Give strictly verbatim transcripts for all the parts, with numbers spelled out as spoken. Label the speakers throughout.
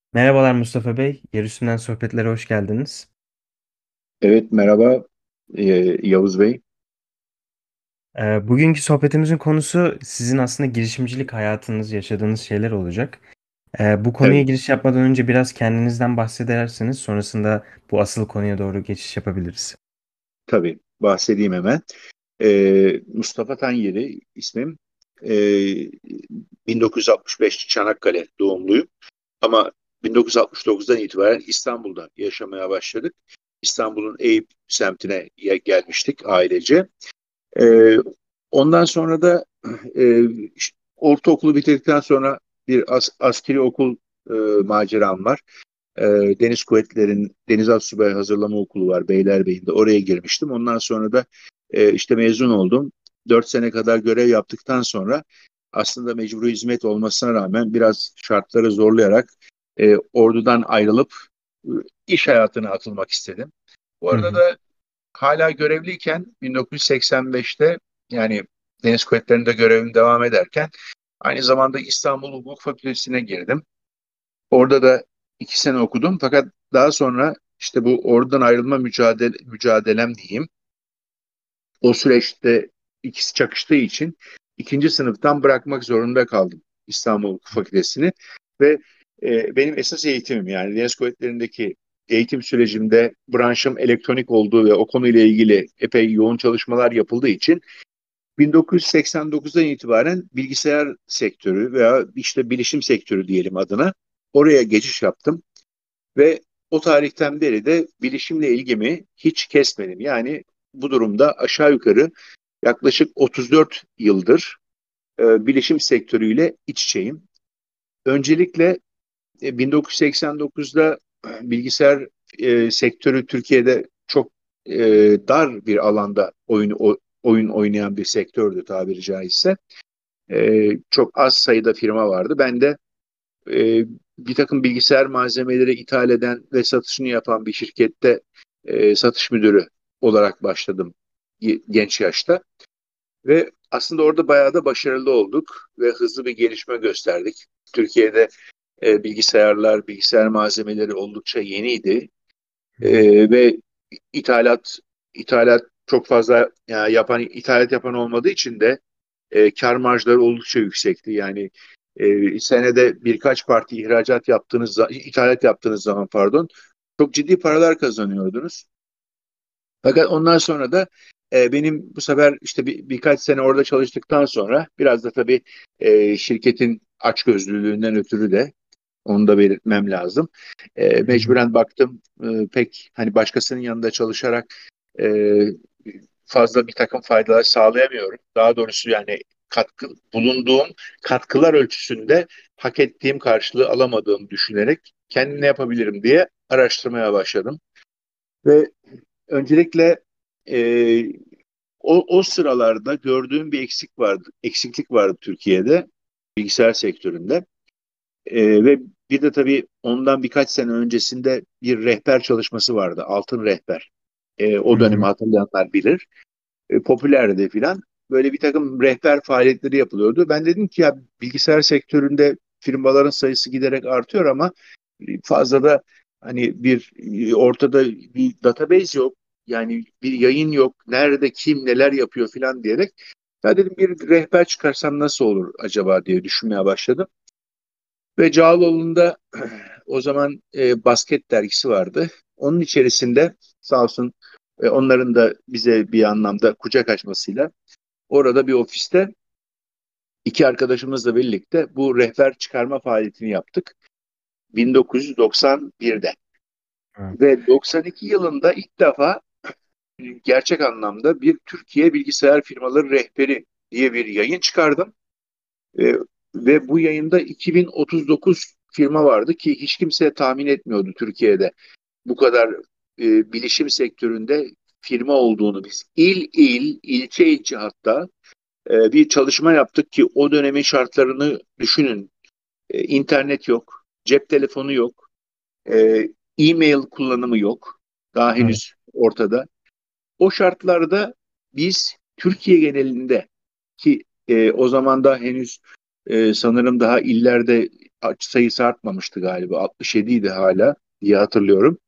Speaker 1: Merhabalar Mustafa Bey, Yer Üstünden Sohbetlere hoş geldiniz.
Speaker 2: Evet, merhaba e, Yavuz Bey.
Speaker 1: Ee, bugünkü sohbetimizin konusu sizin aslında girişimcilik hayatınız, yaşadığınız şeyler olacak. Ee, bu konuya
Speaker 2: Evet,
Speaker 1: giriş yapmadan önce biraz kendinizden bahsederseniz sonrasında bu asıl konuya doğru geçiş yapabiliriz.
Speaker 2: tabii bahsedeyim hemen. E, Mustafa Tanyeri ismim. E, bin dokuz yüz altmış beş Çanakkale doğumluyum. Ama bin dokuz yüz altmış dokuzdan itibaren İstanbul'da yaşamaya başladık. İstanbul'un Eyüp semtine ye- gelmiştik ailece. E, Ondan sonra da e, işte ortaokulu bitirdikten sonra bir as- askeri okul e, maceram var. E, Deniz Kuvvetleri'nin Denizaltı Subay Hazırlama Okulu var Beylerbeyi'nde. Oraya girmiştim. Ondan sonra da e, işte mezun oldum. Dört sene kadar görev yaptıktan sonra aslında mecburi hizmet olmasına rağmen biraz şartları zorlayarak e, ordudan ayrılıp e, iş hayatına atılmak istedim. Bu
Speaker 1: Hı
Speaker 2: arada
Speaker 1: hı.
Speaker 2: da hala görevliyken bin dokuz yüz seksen beşte yani Deniz Kuvvetleri'nde görevim devam ederken aynı zamanda İstanbul Hukuk Fakültesi'ne girdim. Orada da iki sene okudum. Fakat daha sonra işte bu oradan ayrılma mücadele, mücadelem diyeyim. O süreçte ikisi çakıştığı için ikinci sınıftan bırakmak zorunda kaldım İstanbul Hukuk Fakültesi'ni. Ve e, benim esas eğitimim yani Deniz Kuvvetleri'ndeki eğitim sürecimde branşım elektronik olduğu ve o konuyla ilgili epey yoğun çalışmalar yapıldığı için bin dokuz yüz seksen dokuzdan itibaren bilgisayar sektörü veya işte bilişim sektörü diyelim adına oraya geçiş yaptım. Ve o tarihten beri de bilişimle ilgimi hiç kesmedim. Yani bu durumda aşağı yukarı yaklaşık otuz dört yıldır e, bilişim sektörüyle iç içeyim. Öncelikle e, bin dokuz yüz seksen dokuzda e, bilgisayar e, sektörü Türkiye'de çok e, dar bir alanda oyun o, oyun oynayan bir sektördü tabiri caizse. E, çok az sayıda firma vardı. Ben de e, bir takım bilgisayar malzemeleri ithal eden ve satışını yapan bir şirkette e, satış müdürü olarak başladım genç yaşta. Ve aslında orada bayağı da başarılı olduk ve hızlı bir gelişme gösterdik. Türkiye'de e, bilgisayarlar, bilgisayar malzemeleri oldukça yeniydi.
Speaker 1: Hı
Speaker 2: E,
Speaker 1: hı.
Speaker 2: ve ithalat ithalat çok fazla yani yapan ithalat yapan olmadığı için de e, kar marjları oldukça yüksekti. Yani e, senede birkaç parti ihracat yaptığınız, ithalat yaptığınız zaman pardon, çok ciddi paralar kazanıyordunuz. Fakat ondan sonra da e, benim bu sefer işte bir, birkaç sene orada çalıştıktan sonra biraz da tabii e, şirketin açgözlülüğünden ötürü de onu da belirtmem lazım. E,
Speaker 1: Hı hı.
Speaker 2: mecburen baktım e, pek hani başkasının yanında çalışarak e, fazla bir takım faydalar sağlayamıyorum. Daha doğrusu yani katkı bulunduğum katkılar ölçüsünde hak ettiğim karşılığı alamadığımı düşünerek kendim ne yapabilirim diye araştırmaya başladım. Ve öncelikle e, o, o sıralarda gördüğüm bir eksik vardı, eksiklik vardı Türkiye'de bilgisayar sektöründe. E, ve bir de tabii ondan birkaç sene öncesinde bir rehber çalışması vardı, Altın Rehber. E,
Speaker 1: Hı
Speaker 2: o dönemi
Speaker 1: hı.
Speaker 2: hatırlayanlar bilir. E, popülerdi filan. Böyle bir takım rehber faaliyetleri yapılıyordu. Ben dedim ki ya bilgisayar sektöründe firmaların sayısı giderek artıyor ama fazla da hani bir e, ortada bir database yok. Yani bir yayın yok. Nerede kim neler yapıyor filan diyerek ya dedim bir rehber çıkarsam nasıl olur acaba diye düşünmeye başladım. Ve Cağaloğlu'nda o zaman e, basket dergisi vardı. Onun içerisinde sağ olsun e, onların da bize bir anlamda kucak açmasıyla orada bir ofiste iki arkadaşımızla birlikte bu rehber çıkarma faaliyetini yaptık bin dokuz yüz doksan birde.
Speaker 1: Evet.
Speaker 2: Ve doksan iki yılında ilk defa gerçek anlamda bir Türkiye Bilgisayar Firmaları Rehberi diye bir yayın çıkardım. E, ve bu yayında iki bin otuz dokuz firma vardı ki hiç kimse tahmin etmiyordu Türkiye'de bu kadar e, bilişim sektöründe firma olduğunu biz. İl il, ilçe ilçe hatta e, bir çalışma yaptık ki o dönemin şartlarını düşünün. E, internet yok, cep telefonu yok, e, e-mail kullanımı yok. Daha
Speaker 1: Evet.
Speaker 2: henüz ortada. O şartlarda biz Türkiye genelinde ki e, o zaman da henüz Ee, sanırım daha illerde sayısı artmamıştı galiba. altmış yedi idi hala diye hatırlıyorum.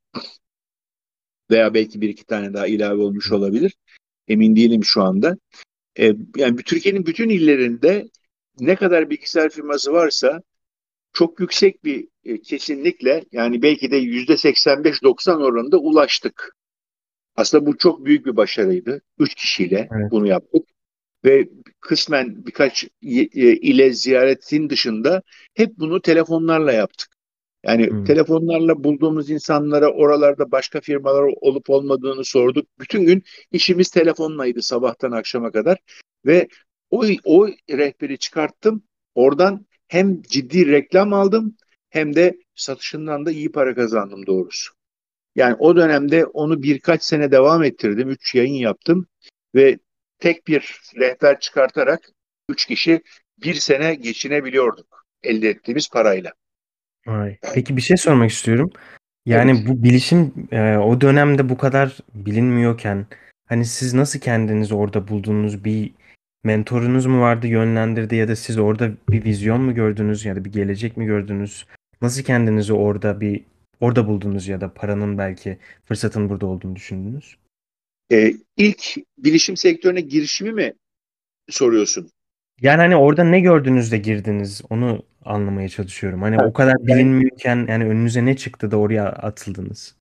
Speaker 2: Veya belki bir iki tane daha ilave olmuş olabilir. Emin değilim şu anda. Ee, yani Türkiye'nin bütün illerinde ne kadar bilgisayar firması varsa çok yüksek bir e, kesinlikle, yani belki de yüzde seksen beş doksan oranında ulaştık. Aslında bu çok büyük bir başarıydı. Üç kişiyle
Speaker 1: Evet.
Speaker 2: bunu yaptık ve kısmen birkaç e, ile ziyaretin dışında hep bunu telefonlarla yaptık. Yani
Speaker 1: Hı.
Speaker 2: telefonlarla bulduğumuz insanlara oralarda başka firmalar olup olmadığını sorduk. Bütün gün işimiz telefonlaydı sabahtan akşama kadar ve o, o rehberi çıkarttım. Oradan hem ciddi reklam aldım hem de satışından da iyi para kazandım doğrusu. Yani o dönemde onu birkaç sene devam ettirdim. Üç yayın yaptım ve tek bir rehber çıkartarak üç kişi bir sene geçinebiliyorduk elde ettiğimiz parayla.
Speaker 1: Vay. Peki bir şey sormak istiyorum. Yani
Speaker 2: Evet.
Speaker 1: bu bilişim e, o dönemde bu kadar bilinmiyorken hani siz nasıl kendinizi orada buldunuz? Bir mentorunuz mu vardı, yönlendirdi ya da siz orada bir vizyon mu gördünüz ya da bir gelecek mi gördünüz? Nasıl kendinizi orada bir orada buldunuz ya da paranın belki fırsatın burada olduğunu düşündünüz?
Speaker 2: Ee, ilk bilişim sektörüne girişimi mi soruyorsun?
Speaker 1: Yani hani orada ne gördünüz de girdiniz? Onu anlamaya çalışıyorum. Hani
Speaker 2: Ha,
Speaker 1: o kadar
Speaker 2: Yani,
Speaker 1: bilinmiyorken yani önünüze ne çıktı da oraya atıldınız?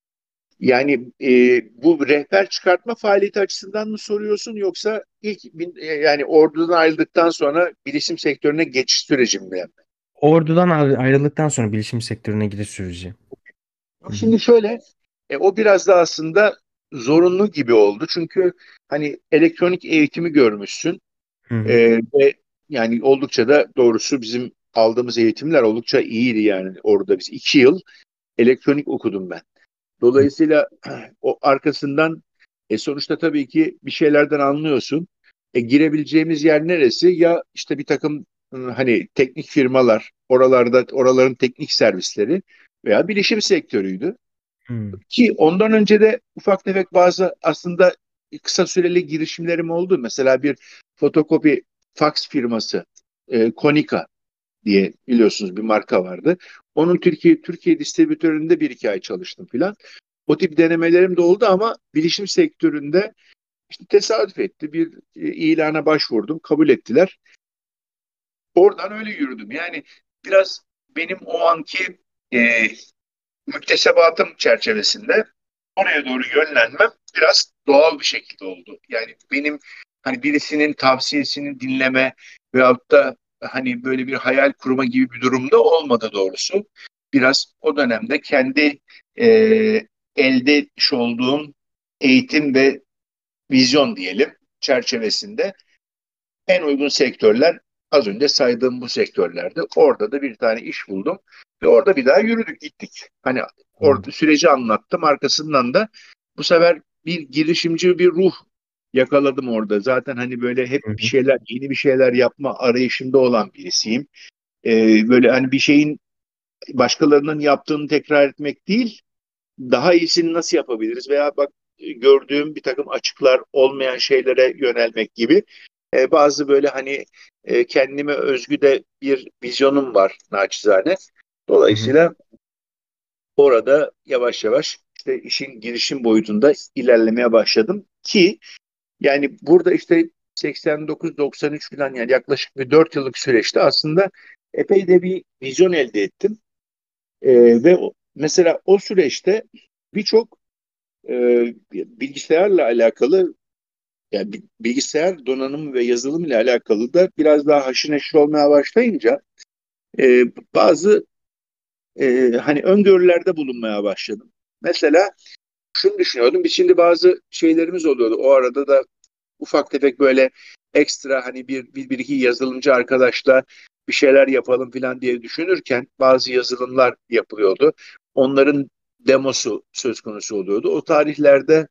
Speaker 2: yani e, bu rehber çıkartma faaliyeti açısından mı soruyorsun, yoksa ilk bin- e, yani ordudan ayrıldıktan sonra bilişim sektörüne geçiş sürecim mi?
Speaker 1: Ordudan ayrı- ayrıldıktan sonra bilişim sektörüne giriş süreci. Hı hı.
Speaker 2: Şimdi şöyle, e, o biraz da aslında zorunlu gibi oldu. Çünkü hani elektronik eğitimi görmüşsün
Speaker 1: Hı hı.
Speaker 2: e, ve yani oldukça da doğrusu bizim aldığımız eğitimler oldukça iyiydi yani orada biz iki yıl elektronik okudum ben.
Speaker 1: Hı
Speaker 2: Dolayısıyla o arkasından e, sonuçta tabii ki bir şeylerden anlıyorsun. E, girebileceğimiz yer neresi? Ya işte bir takım ıı, hani teknik firmalar, oralarda oraların teknik servisleri veya bilişim sektörüydü.
Speaker 1: hı.
Speaker 2: Ki ondan önce de ufak tefek bazı aslında kısa süreli girişimlerim oldu. Mesela bir fotokopi fax firması, e, Konica diye biliyorsunuz bir marka vardı. Onun Türkiye Türkiye distribütöründe bir iki ay çalıştım filan. O tip denemelerim de oldu ama bilişim sektöründe işte tesadüf etti. Bir e, ilana başvurdum, kabul ettiler. Oradan öyle yürüdüm. Yani biraz benim o anki e, müktesebatım çerçevesinde oraya doğru yönlenmem biraz doğal bir şekilde oldu. Yani benim hani birisinin tavsiyesini dinleme veyahut da hani böyle bir hayal kurma gibi bir durumda olmadı doğrusu. Biraz o dönemde kendi e, elde etmiş olduğum eğitim ve vizyon diyelim çerçevesinde en uygun sektörler az önce saydığım bu sektörlerde. Orada da bir tane iş buldum ve orada bir daha yürüdük gittik. Hani orada
Speaker 1: Anladım.
Speaker 2: süreci anlattım. Arkasından da bu sefer bir girişimci bir ruh yakaladım orada. Zaten hani böyle hep
Speaker 1: Hı
Speaker 2: bir
Speaker 1: hı.
Speaker 2: şeyler, yeni bir şeyler yapma arayışında olan birisiyim. Ee, böyle hani bir şeyin başkalarının yaptığını tekrar etmek değil, daha iyisini nasıl yapabiliriz veya bak gördüğüm bir takım açıklar olmayan şeylere yönelmek gibi e, bazı böyle hani e, kendime özgü de bir vizyonum var naçizane.
Speaker 1: Hı hı.
Speaker 2: Dolayısıyla orada yavaş yavaş işte işin girişim boyutunda ilerlemeye başladım ki yani burada işte seksen dokuz doksan üç falan, yani yaklaşık bir dört yıllık süreçte aslında epey de bir vizyon elde ettim. E, ve o- mesela o süreçte birçok e, bilgisayarla alakalı, yani bi- bilgisayar donanımı ve yazılım ile alakalı da biraz daha haşır neşir olmaya başlayınca e, bazı e, hani öngörülerde bulunmaya başladım. Mesela şunu düşünüyordum. Biz şimdi bazı şeylerimiz oluyordu. O arada da ufak tefek böyle ekstra hani bir, bir, bir iki yazılımcı arkadaşla bir şeyler yapalım falan diye düşünürken bazı yazılımlar yapılıyordu. Onların demosu söz konusu oluyordu. O tarihlerde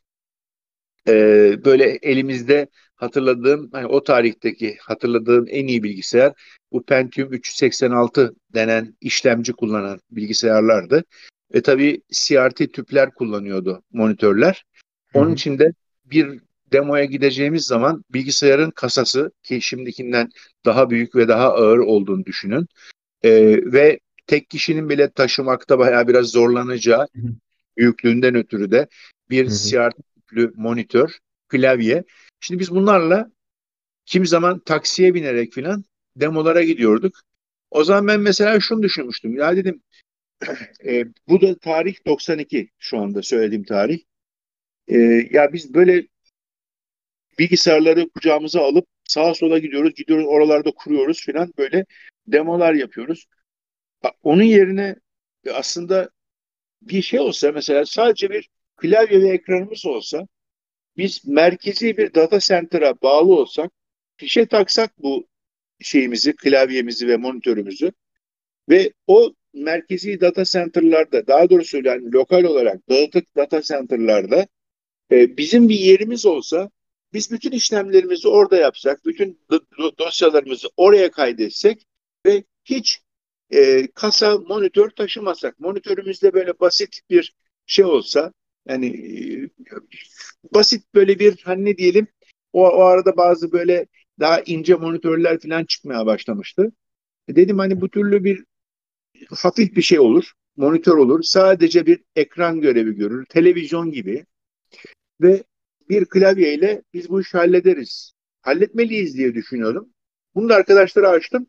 Speaker 2: Ee, böyle elimizde hatırladığım, hani o tarihteki hatırladığım en iyi bilgisayar bu Pentium üç yüz seksen altı denen işlemci kullanan bilgisayarlardı. Ve tabii C R T tüpler kullanıyordu monitörler.
Speaker 1: Hı
Speaker 2: Onun
Speaker 1: hı.
Speaker 2: için de bir demoya gideceğimiz zaman bilgisayarın kasası, ki şimdikinden daha büyük ve daha ağır olduğunu düşünün. E, ve tek kişinin bile taşımakta bayağı biraz zorlanacağı
Speaker 1: Hı hı.
Speaker 2: büyüklüğünden ötürü de bir
Speaker 1: Hı hı.
Speaker 2: C R T tüplü monitör, klavye. Şimdi biz bunlarla kimi zaman taksiye binerek filan demolara gidiyorduk. O zaman ben mesela şunu düşünmüştüm. Ya dedim, e, bu da tarih doksan iki, şu anda söylediğim tarih. E, ya biz böyle bilgisayarları kucağımıza alıp sağa sola gidiyoruz, gidiyoruz oralarda kuruyoruz filan, böyle demolar yapıyoruz. Ha, onun yerine e, aslında bir şey olsa, mesela sadece bir klavye ve ekranımız olsa, biz merkezi bir data center'a bağlı olsak, fişe taksak bu şeyimizi, klavyemizi ve monitörümüzü ve o merkezi data center'larda, daha doğrusu yani lokal olarak dağıtık data center'larda e, bizim bir yerimiz olsa, biz bütün işlemlerimizi orada yapsak, bütün dosyalarımızı oraya kaydetsek ve hiç e, kasa, monitör taşımasak, monitörümüzde böyle basit bir şey olsa, yani e, basit böyle bir, hani ne diyelim, o, o arada bazı böyle daha ince monitörler falan çıkmaya başlamıştı. E, Dedim hani bu türlü bir hafif bir şey olur, monitör olur, sadece bir ekran görevi görür, televizyon gibi ve bir klavyeyle biz bu işi hallederiz. Halletmeliyiz diye düşünüyorum. Bunu da arkadaşlara açtım.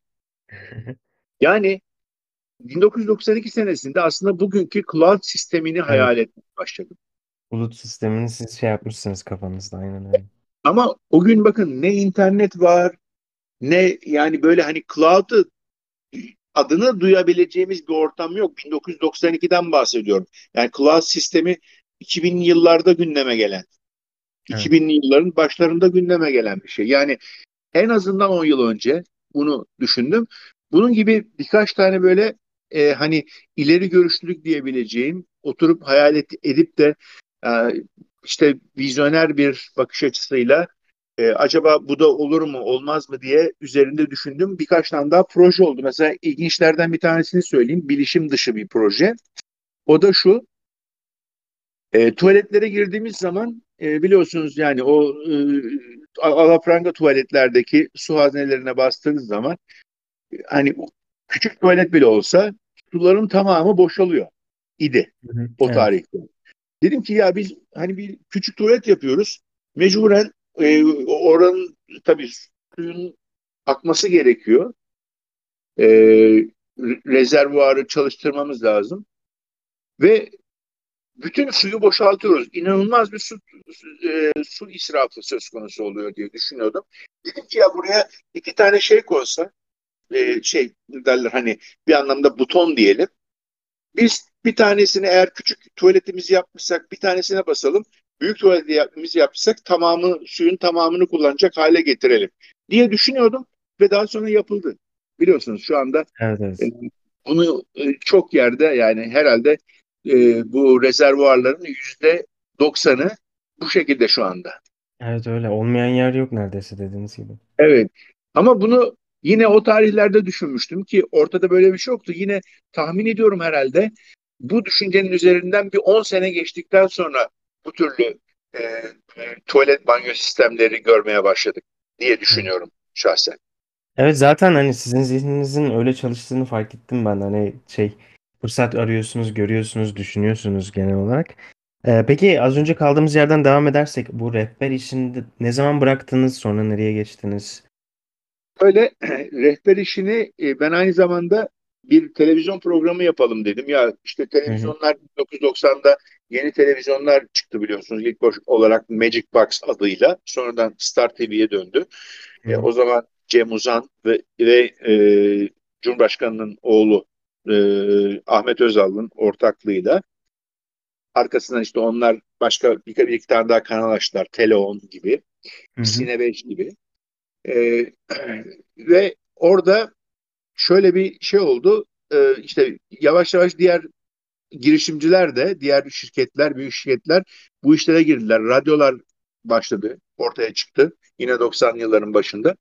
Speaker 2: Yani bin dokuz yüz doksan iki senesinde aslında bugünkü cloud sistemini
Speaker 1: Evet.
Speaker 2: hayal etmeye başladım.
Speaker 1: Bulut sistemini siz şey yapmışsınız kafanızda, aynen öyle.
Speaker 2: Ama o gün bakın, ne internet var, ne yani böyle hani cloud'ı adını duyabileceğimiz bir ortam yok. bin dokuz yüz doksan ikiden bahsediyorum. Yani cloud sistemi iki binli yıllarda gündeme gelen,
Speaker 1: Evet.
Speaker 2: iki binli yılların başlarında gündeme gelen bir şey. Yani en azından on yıl önce bunu düşündüm. Bunun gibi birkaç tane böyle e, hani ileri görüşlülük diyebileceğim, oturup hayal et- edip de e, işte vizyoner bir bakış açısıyla e, acaba bu da olur mu olmaz mı diye üzerinde düşündüm. Birkaç tane daha proje oldu. Mesela ilginçlerden bir tanesini söyleyeyim. Bilişim dışı bir proje. O da şu: e, tuvaletlere girdiğimiz zaman e, biliyorsunuz yani o e, alafranga tuvaletlerdeki su haznelerine bastığınız zaman, hani küçük tuvalet bile olsa suların tamamı boşalıyor idi
Speaker 1: Hı hı.
Speaker 2: o
Speaker 1: Evet.
Speaker 2: tarihte. Dedim ki ya biz hani bir küçük tuvalet yapıyoruz. Mecburen e, oranın tabii suyun akması gerekiyor. E, rezervuarı çalıştırmamız lazım. Ve bütün suyu boşaltıyoruz. İnanılmaz bir su, e, su israfı söz konusu oluyor diye düşünüyordum. Dedim ki ya buraya iki tane şey koysa, e, şey derler hani, bir anlamda buton diyelim. Biz bir tanesini, eğer küçük tuvaletimizi yapmışsak bir tanesine basalım. Büyük tuvaletimizi yapmışsak tamamı, suyun tamamını kullanacak hale getirelim diye düşünüyordum ve daha sonra yapıldı. Biliyorsunuz şu anda
Speaker 1: Evet,
Speaker 2: e,
Speaker 1: evet.
Speaker 2: bunu e, çok yerde, yani herhalde e, bu rezervuarların yüzde doksanı bu şekilde şu anda.
Speaker 1: Evet, öyle. Olmayan yer yok neredeyse, dediğiniz gibi.
Speaker 2: Evet. Ama bunu yine o tarihlerde düşünmüştüm ki ortada böyle bir şey yoktu. Yine tahmin ediyorum herhalde bu düşüncenin üzerinden bir on sene geçtikten sonra bu türlü e, e, tuvalet banyo sistemleri görmeye başladık diye
Speaker 1: Evet.
Speaker 2: düşünüyorum şahsen.
Speaker 1: Evet, zaten hani sizin zihninizin öyle çalıştığını fark ettim ben. Hani şey, fırsat arıyorsunuz, görüyorsunuz, düşünüyorsunuz genel olarak. Ee, peki az önce kaldığımız yerden devam edersek, bu rehber işini ne zaman bıraktınız, sonra nereye geçtiniz?
Speaker 2: Böyle rehber işini e, ben aynı zamanda bir televizyon programı yapalım dedim. Ya işte
Speaker 1: Hı hı.
Speaker 2: televizyonlar bin dokuz yüz doksanda yeni televizyonlar çıktı biliyorsunuz. İlk baş- olarak Magic Box adıyla, sonradan Star T V'ye döndü.
Speaker 1: Hı
Speaker 2: E,
Speaker 1: hı.
Speaker 2: o zaman Cem Uzan ve, ve e, Cumhurbaşkanı'nın oğlu e, Ahmet Özal'ın ortaklığıyla, arkasından işte onlar başka bir, bir iki tane daha kanal açtılar. Teleon gibi,
Speaker 1: Hı hı.
Speaker 2: Sine beş gibi. E, ve orada şöyle bir şey oldu. E, işte yavaş yavaş diğer girişimciler de, diğer şirketler, büyük şirketler bu işlere girdiler. Radyolar başladı, ortaya çıktı. Yine doksanlı yılların başında.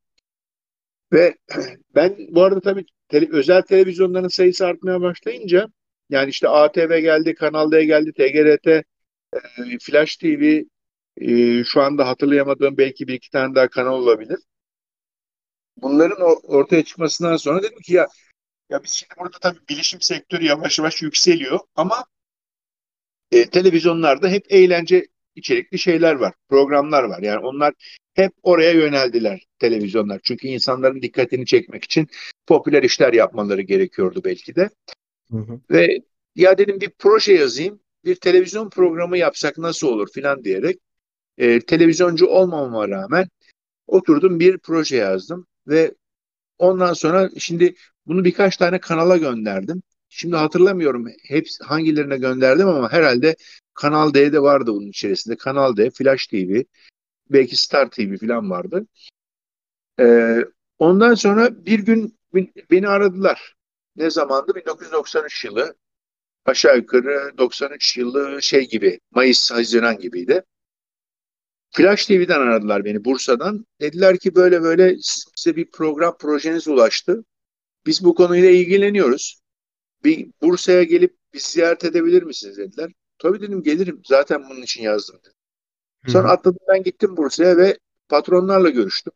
Speaker 2: Ve ben bu arada tabii tele- özel televizyonların sayısı artmaya başlayınca, yani işte A T V geldi, Kanal D geldi, T G R T, e, Flash T V, Ee, şu anda hatırlayamadığım belki bir iki tane daha kanal olabilir. Bunların o- ortaya çıkmasından sonra dedim ki ya ya biz şimdi burada tabii bilişim sektörü yavaş yavaş yükseliyor ama e, televizyonlarda hep eğlence içerikli şeyler var, programlar var. Yani onlar hep oraya yöneldiler televizyonlar. Çünkü insanların dikkatini çekmek için popüler işler yapmaları gerekiyordu belki de.
Speaker 1: Hı hı.
Speaker 2: Ve ya dedim bir proje yazayım, bir televizyon programı yapsak nasıl olur filan diyerek e, televizyoncu olmamama rağmen oturdum bir proje yazdım ve ondan sonra şimdi bunu birkaç tane kanala gönderdim. Şimdi hatırlamıyorum hepsi hangilerine gönderdim ama herhalde Kanal D'de vardı bunun içerisinde. Kanal D, Flash T V, belki Star T V falan vardı. Ee, Ondan sonra bir gün beni aradılar. Ne zamandı? bin dokuz yüz doksan üç yılı. Aşağı yukarı doksan üç yılı şey gibi, Mayıs, Haziran gibiydi. Flash T V'den aradılar beni Bursa'dan. Dediler ki böyle böyle size bir program projeniz ulaştı. Biz bu konuyla ilgileniyoruz. Bir Bursa'ya gelip biz ziyaret edebilir misiniz dediler. Tabii dedim gelirim. Zaten bunun için yazdım dedim.
Speaker 1: Hı
Speaker 2: Sonra
Speaker 1: hı.
Speaker 2: atladım ben gittim Bursa'ya ve patronlarla görüştüm.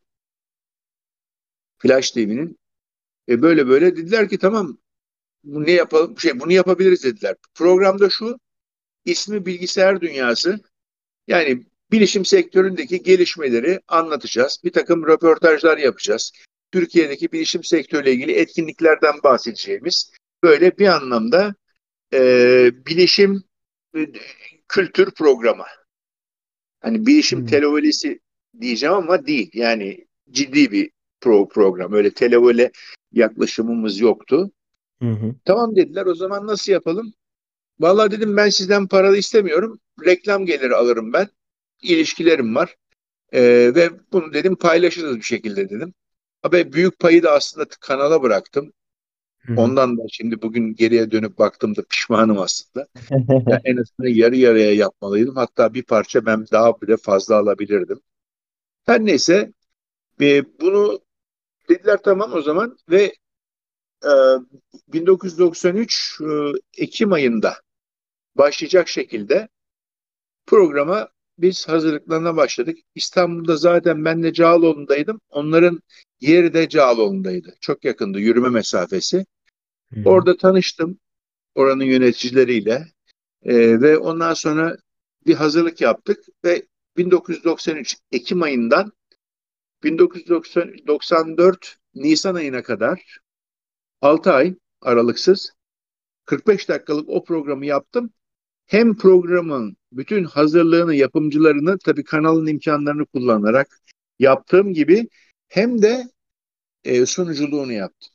Speaker 2: Flash T V'nin. E böyle böyle dediler ki tamam bu ne yapalım şey bunu yapabiliriz dediler. Programda şu ismi bilgisayar dünyası. Yani bilişim sektöründeki gelişmeleri anlatacağız. Bir takım röportajlar yapacağız. Türkiye'deki bilişim sektörüyle ilgili etkinliklerden bahsedeceğimiz böyle bir anlamda e, bilişim e, kültür programı. Hani bilişim
Speaker 1: Hı
Speaker 2: televolesi diyeceğim ama değil. Yani ciddi bir pro program. Öyle televole yaklaşımımız yoktu.
Speaker 1: hı. Hı.
Speaker 2: Tamam dediler o zaman nasıl yapalım? Vallahi dedim ben sizden paralı istemiyorum. Reklam geliri alırım ben. İlişkilerim var. Ee, ve bunu dedim paylaşırız bir şekilde dedim. Abi büyük payı da aslında kanala bıraktım.
Speaker 1: Hı hı.
Speaker 2: Ondan da şimdi bugün geriye dönüp baktığımda pişmanım aslında. Ya en azından yarı yarıya yapmalıydım. Hatta bir parça ben daha bile fazla alabilirdim. Her neyse e, bunu dediler tamam o zaman ve e, bin dokuz yüz doksan üç e, Ekim ayında başlayacak şekilde programa biz hazırlıklarına başladık. İstanbul'da zaten ben de Cağaloğlu'ndaydım. Onların yeri de Cağaloğlu'ndaydı. Çok yakındı yürüme mesafesi.
Speaker 1: Hı hı.
Speaker 2: Orada tanıştım oranın yöneticileriyle. Ee, ve ondan sonra bir hazırlık yaptık ve bin dokuz yüz doksan üç Ekim ayından bin dokuz yüz doksan dört Nisan ayına kadar altı ay aralıksız kırk beş dakikalık o programı yaptım. Hem programın bütün hazırlığını, yapımcılarını tabii kanalın imkanlarını kullanarak yaptığım gibi hem de e, sunuculuğunu yaptım.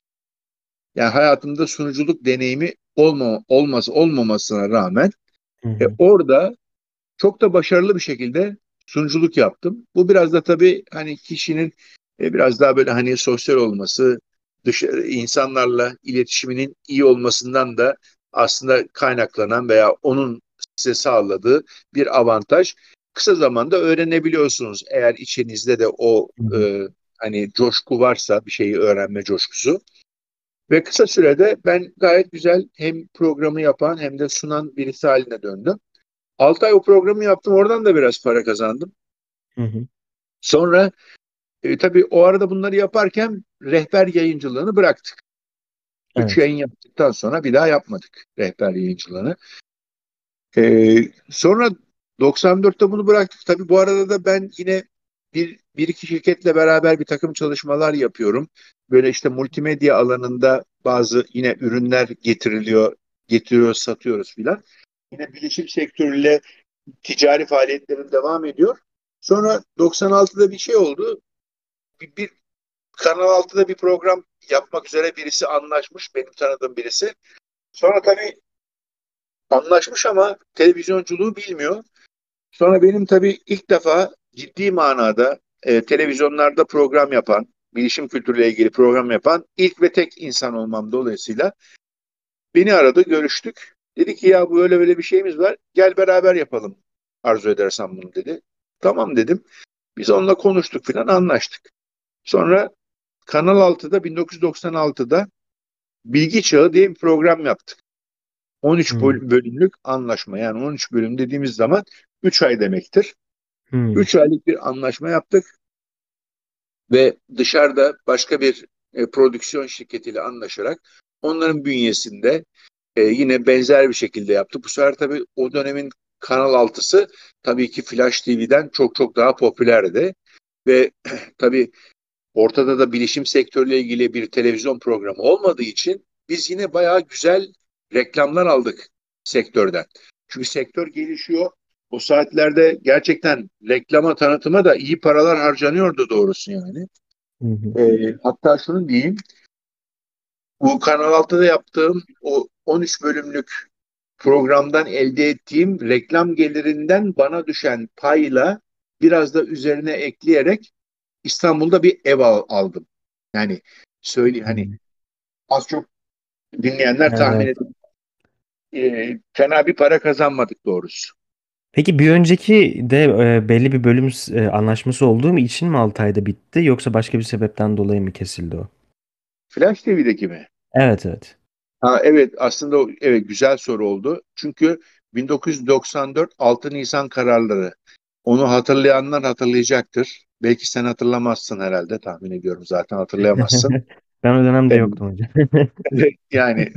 Speaker 2: Yani hayatımda sunuculuk deneyimi olma, olması olmamasına rağmen
Speaker 1: Hı
Speaker 2: e,
Speaker 1: hı.
Speaker 2: orada çok da başarılı bir şekilde sunuculuk yaptım. Bu biraz da tabii hani kişinin e, biraz daha böyle hani sosyal olması, dışarı insanlarla iletişiminin iyi olmasından da aslında kaynaklanan veya onun size sağladığı bir avantaj. Kısa zamanda öğrenebiliyorsunuz eğer içinizde de o
Speaker 1: Hı hı.
Speaker 2: e, hani coşku varsa bir şeyi öğrenme coşkusu. Ve kısa sürede ben gayet güzel hem programı yapan hem de sunan birisi haline döndüm. altı ay o programı yaptım. Oradan da biraz para kazandım.
Speaker 1: Hı hı.
Speaker 2: Sonra e, tabii o arada bunları yaparken rehber yayıncılığını bıraktık. Üç
Speaker 1: Evet.
Speaker 2: yayın yaptıktan sonra bir daha yapmadık rehber yayıncılığını. E, sonra doksan dörtte bunu bıraktık. Tabii bu arada da ben yine bir, bir iki şirketle beraber bir takım çalışmalar yapıyorum. Böyle işte multimedya alanında bazı yine ürünler getiriliyor, getiriyoruz, satıyoruz filan. Yine bilişim sektörüyle ticari faaliyetlerim devam ediyor. Sonra doksan altıda bir şey oldu. Bir, bir Kanal altıda bir program yapmak üzere birisi anlaşmış, benim tanıdığım birisi. Sonra tabii anlaşmış ama televizyonculuğu bilmiyor. Sonra benim tabii ilk defa ciddi manada e, televizyonlarda program yapan, bilişim kültürüyle ilgili program yapan ilk ve tek insan olmam dolayısıyla beni aradı, görüştük. Dedi ki ya böyle böyle bir şeyimiz var. Gel beraber yapalım arzu edersen bunu dedi. Tamam dedim. Biz onunla konuştuk filan anlaştık. Sonra Kanal altıda bin dokuz yüz doksan altıda Bilgi Çağı diye bir program yaptık. on üç
Speaker 1: Hı
Speaker 2: bölümlük anlaşma yani on üç bölüm dediğimiz zaman üç ay demektir.
Speaker 1: Hmm.
Speaker 2: Üç aylık bir anlaşma yaptık ve dışarıda başka bir e, prodüksiyon şirketiyle anlaşarak onların bünyesinde e, yine benzer bir şekilde yaptık. Bu sefer tabii o dönemin Kanal altısı tabii ki Flash T V'den çok çok daha popülerdi ve tabii ortada da bilişim sektörüyle ilgili bir televizyon programı olmadığı için biz yine bayağı güzel reklamlar aldık sektörden. Çünkü sektör gelişiyor. O saatlerde gerçekten reklama, tanıtıma da iyi paralar harcanıyordu doğrusu yani.
Speaker 1: Hı hı.
Speaker 2: Ee, hatta şunu diyeyim, bu Kanal altıda yaptığım o on üç bölümlük programdan elde ettiğim reklam gelirinden bana düşen payla biraz da üzerine ekleyerek İstanbul'da bir ev al- aldım. Yani söyleyeyim hani
Speaker 1: Hmm.
Speaker 2: az çok dinleyenler tahmin
Speaker 1: Evet.
Speaker 2: edin. E, fena bir para kazanmadık doğrusu.
Speaker 1: Peki bir önceki de e, belli bir bölüm e, anlaşması olduğu için mi altı ayda bitti yoksa başka bir sebepten dolayı mı kesildi o?
Speaker 2: Flash T V'deki mi?
Speaker 1: Evet, evet.
Speaker 2: Ha, evet aslında o- evet güzel soru oldu. Çünkü bin dokuz yüz doksan dört altı Nisan kararları. Onu hatırlayanlar hatırlayacaktır. Belki sen hatırlamazsın herhalde tahmin ediyorum zaten hatırlayamazsın.
Speaker 1: Ben o dönemde
Speaker 2: Evet.
Speaker 1: yoktum hocam.
Speaker 2: Yani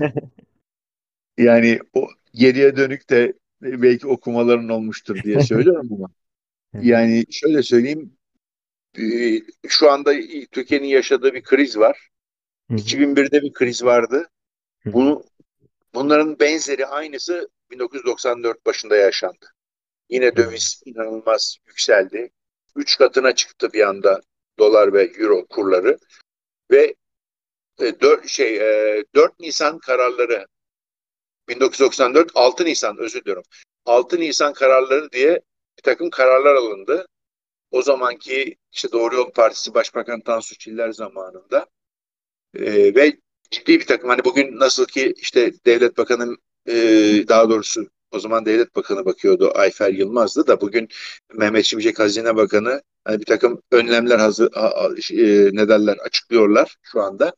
Speaker 2: yani o geriye dönük de belki okumaların olmuştur diye söylüyorum ama
Speaker 1: Hı hı.
Speaker 2: yani şöyle söyleyeyim. Ee, Şu anda Türkiye'nin yaşadığı bir kriz var.
Speaker 1: Hı hı.
Speaker 2: iki bin birde bir kriz vardı.
Speaker 1: Hı hı.
Speaker 2: Bunu, bunların benzeri aynısı bin dokuz yüz doksan dört başında yaşandı. Yine
Speaker 1: Hı
Speaker 2: döviz inanılmaz yükseldi. Üç katına çıktı bir anda dolar ve euro kurları ve e, dört şey e, dört Nisan kararları bin dokuz yüz doksan dört altı Nisan özür diliyorum. altı Nisan kararları diye bir takım kararlar alındı. O zamanki işte Doğru Yol Partisi Başbakan Tansu Çiller zamanında. Ee, ve ciddi bir takım hani bugün nasıl ki işte devlet bakanı e, daha doğrusu o zaman devlet bakanı bakıyordu Ayfer Yılmaz'dı da bugün Mehmet Şimşek Hazine Bakanı hani bir takım önlemler hazır a- a- e, ne derler açıklıyorlar şu anda.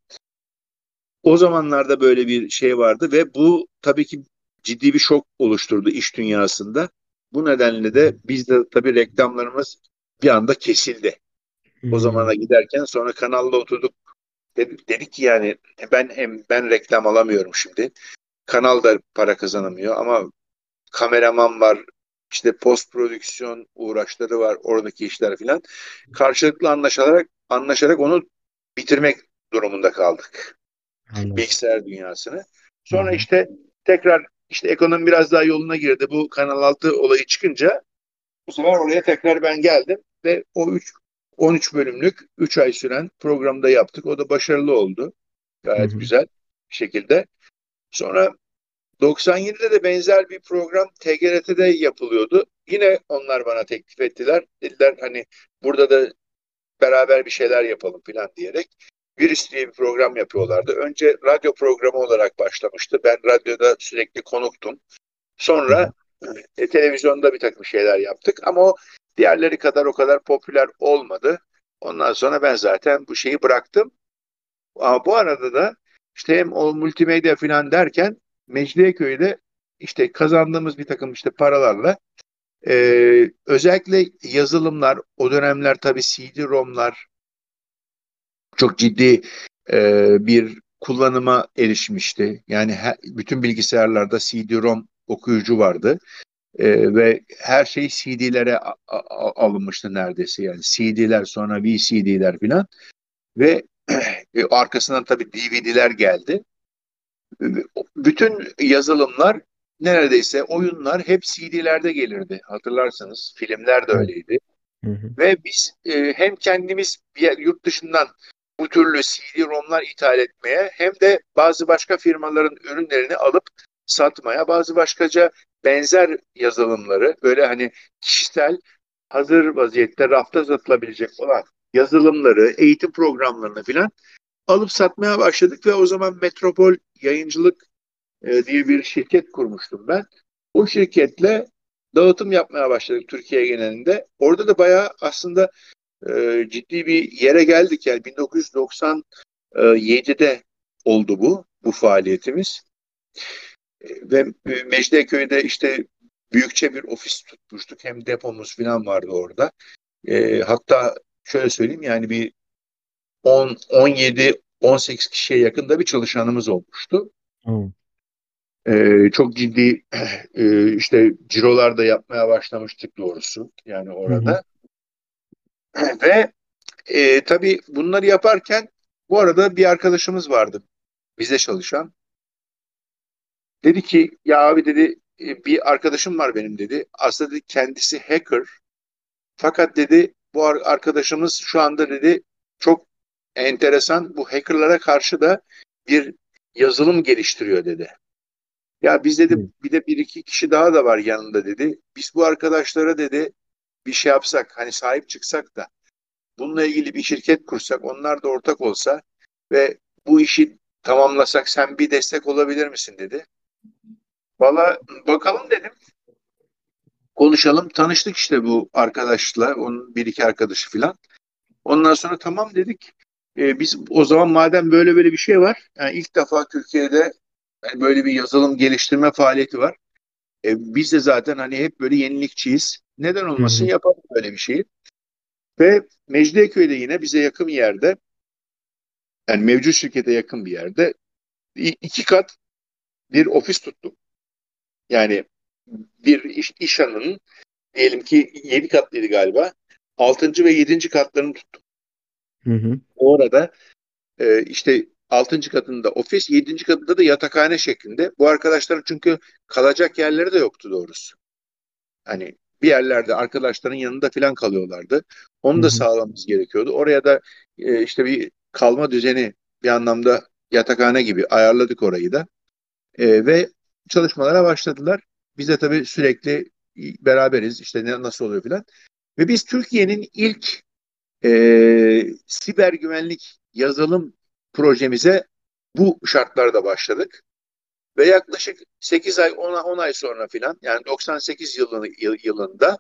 Speaker 2: O zamanlarda böyle bir şey vardı ve bu tabii ki ciddi bir şok oluşturdu iş dünyasında. Bu nedenle de bizde tabii reklamlarımız bir anda kesildi. O
Speaker 1: hı.
Speaker 2: zamana giderken sonra kanalda oturduk. Dedik, dedik ki yani ben hem ben reklam alamıyorum şimdi. Kanal da para kazanamıyor ama kameraman var. İşte post prodüksiyon uğraşları var. Oradaki işler filan. Karşılıklı anlaşarak anlaşarak onu bitirmek durumunda kaldık.
Speaker 1: Anladım.
Speaker 2: Bilgisayar dünyasını.
Speaker 1: Hı
Speaker 2: Sonra
Speaker 1: hı.
Speaker 2: işte tekrar işte ekonomi biraz daha yoluna girdi. Bu Kanal altı olayı çıkınca bu sefer oraya tekrar ben geldim ve o üç on üç bölümlük üç ay süren programda yaptık. O da başarılı oldu.
Speaker 1: Hı
Speaker 2: Gayet
Speaker 1: hı.
Speaker 2: güzel bir şekilde. Sonra doksan yedide de benzer bir program T G R T'de yapılıyordu. Yine onlar bana teklif ettiler. Dediler hani burada da beraber bir şeyler yapalım falan diyerek. Virüs diye bir program yapıyorlardı. Önce radyo programı olarak başlamıştı. Ben radyoda sürekli konuktum.
Speaker 1: Hı
Speaker 2: Sonra
Speaker 1: hı.
Speaker 2: e, televizyonda bir takım şeyler yaptık ama o diğerleri kadar o kadar popüler olmadı. Ondan sonra ben zaten bu şeyi bıraktım. Ama bu arada da işte hem o multimedya falan derken Mecidiyeköy'de işte kazandığımız bir takım işte paralarla e, özellikle yazılımlar o dönemler tabii C D-ROM'lar çok ciddi e, bir kullanıma erişmişti. Yani her, bütün bilgisayarlarda C D-ROM okuyucu vardı. E, ve her şey C D'lere a- a- alınmıştı neredeyse yani C D'ler sonra V C D'ler filan ve e, arkasından tabii D V D'ler geldi. Bütün yazılımlar neredeyse oyunlar hep C D'lerde gelirdi. Hatırlarsanız filmler de
Speaker 1: Evet.
Speaker 2: öyleydi.
Speaker 1: Hı hı.
Speaker 2: Ve biz e, hem kendimiz bir yer- yurt dışından bu türlü C D-ROM'lar ithal etmeye hem de bazı başka firmaların ürünlerini alıp satmaya, bazı başkaca benzer yazılımları böyle hani kişisel hazır vaziyette rafta satılabilecek olan yazılımları, eğitim programlarını filan alıp satmaya başladık ve o zaman Metropol Yayıncılık e, diye bir şirket kurmuştum ben. O şirketle dağıtım yapmaya başladık Türkiye genelinde. Orada da bayağı aslında e, ciddi bir yere geldik. Yani bin dokuz yüz doksan yedide oldu bu, bu faaliyetimiz. E, ve e, Mecidiyeköy'de işte büyükçe bir ofis tutmuştuk. Hem depomuz falan vardı orada. E, hatta şöyle söyleyeyim, yani bir on, on yedi, on sekiz kişiye yakın da bir çalışanımız olmuştu.
Speaker 1: Hı
Speaker 2: E, çok ciddi e, işte cirolar da yapmaya başlamıştık doğrusu yani
Speaker 1: hı. Hı.
Speaker 2: orada. Ve e, tabii bunları yaparken bu arada bir arkadaşımız vardı bize çalışan. Dedi ki ya abi dedi, e, bir arkadaşım var benim dedi. Aslında dedi, kendisi hacker. Fakat dedi bu ar- arkadaşımız şu anda dedi çok enteresan, bu hackerlara karşı da bir yazılım geliştiriyor dedi. Ya biz dedi
Speaker 1: Hı
Speaker 2: bir de bir iki kişi daha da var yanında dedi. Biz bu arkadaşlara dedi bir şey yapsak, hani sahip çıksak da bununla ilgili bir şirket kursak, onlar da ortak olsa ve bu işi tamamlasak, sen bir destek olabilir misin dedi. Valla bakalım dedim. Konuşalım. Tanıştık işte bu arkadaşla. Onun bir iki arkadaşı filan. Ondan sonra tamam dedik. Ee, biz o zaman madem böyle böyle bir şey var. Yani ilk defa Türkiye'de yani böyle bir yazılım geliştirme faaliyeti var. E, biz de zaten hani hep böyle yenilikçiyiz. Neden
Speaker 1: hı.
Speaker 2: olmasın,
Speaker 1: Hı.
Speaker 2: yapalım böyle bir şeyi. Ve Mecidiyeköy'de yine bize yakın bir yerde, yani mevcut şirkete yakın bir yerde i- iki kat bir ofis tuttuk. Yani bir iş, iş alanının diyelim ki yedi katlıydı galiba. Altıncı ve yedinci katlarını tuttuk.
Speaker 1: Hı hı.
Speaker 2: Orada e, işte altıncı katında ofis, yedinci katında da yatakhane şeklinde. Bu arkadaşların çünkü kalacak yerleri de yoktu doğrusu. Hani bir yerlerde arkadaşların yanında falan kalıyorlardı.
Speaker 1: Hı
Speaker 2: Onu da
Speaker 1: hı.
Speaker 2: sağlamamız gerekiyordu. Oraya da e, işte bir kalma düzeni, bir anlamda yatakhane gibi ayarladık orayı da. E, ve çalışmalara başladılar. Biz de tabii sürekli beraberiz. İşte ne, nasıl oluyor falan. Ve biz Türkiye'nin ilk e, siber güvenlik yazılım projemize bu şartlarda başladık. Ve yaklaşık sekiz ay, on, on ay sonra filan, yani doksan sekiz yılını, yıl- yılında